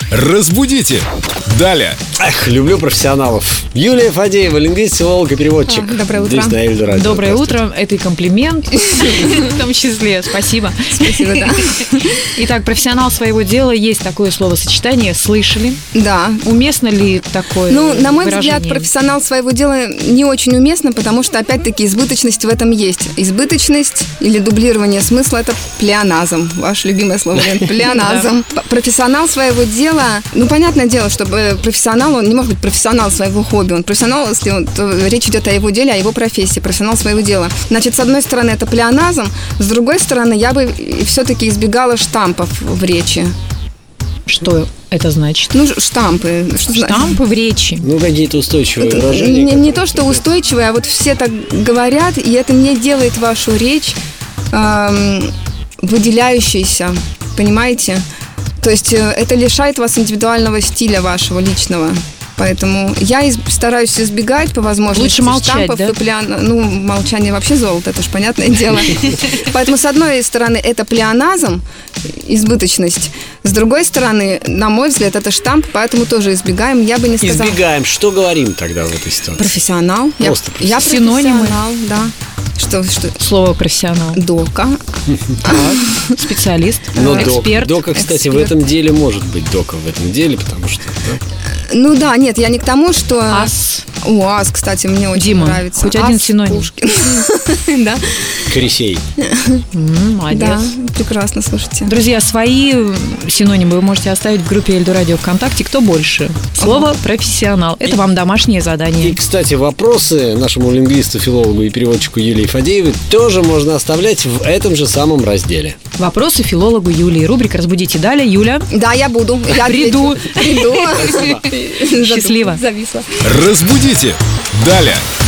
Разбудите! Далее! Эх, люблю профессионалов. Юлия Фадеева, лингвист, филолог и переводчик. Доброе утро. Здесь на Эльдорадо. Доброе утро. Это и комплимент, в том числе. Спасибо. Спасибо, да. Итак, профессионал своего дела. Есть такое словосочетание. Слышали? Да. Уместно ли такое Ну, на мой выражение? взгляд, профессионал своего дела не очень уместно, потому что, опять-таки, избыточность в этом есть. Избыточность или дублирование смысла – это плеоназм. Ваше любимое слово, плеоназм. Профессионал своего дела, ну, понятное дело, чтобы профессионал, он не может быть профессионал своего хобби. Он профессионал, если речь идет о его деле, о его профессии, профессионал своего дела. Значит, с одной стороны, это плеоназм, с другой стороны, я бы все-таки избегала штампов в речи. Что это значит? Ну, штампы. Что значит? Штампы в речи. Ну, какие-то устойчивые выражения. Не то, что устойчивые, а вот все так говорят, и это не делает вашу речь выделяющейся, понимаете? То есть это лишает вас индивидуального стиля вашего личного. Поэтому я стараюсь избегать по возможности Лучше молчать, штампов да? Ну, молчание вообще золото, это же понятное дело. Поэтому, с одной стороны, это плеоназм, избыточность. С другой стороны, на мой взгляд, это штамп, поэтому тоже избегаем. Я бы не сказала... Избегаем. Что говорим тогда в этой ситуации? Профессионал. Просто Я Синонимы. профессионал, да. Что? Слово профессионал. Дока. Специалист. Но Эксперт. Дока, кстати, в Эксперт. этом деле может быть дока в этом деле, потому что... Ну да, нет, я не к тому, что... Ас. О, ас, кстати, мне очень Дима, нравится. хоть один Ас синоним. Пушкин. Да, Корифей. Молодец. да, прекрасно, слушайте. Друзья, свои синонимы вы можете оставить в группе Эльдорадо ВКонтакте. Кто больше? Слово «профессионал». Это вам домашнее И, задание. кстати, вопросы нашему лингвисту, филологу и переводчику Юлии Фадеевой тоже можно оставлять в этом же самом разделе. Вопросы филологу Юлии. Рубрика «Разбудите далее». Юля, Да, я буду. Я Приду. отвечу. Приду. Счастливо. Зависла. Разбудите! Далее!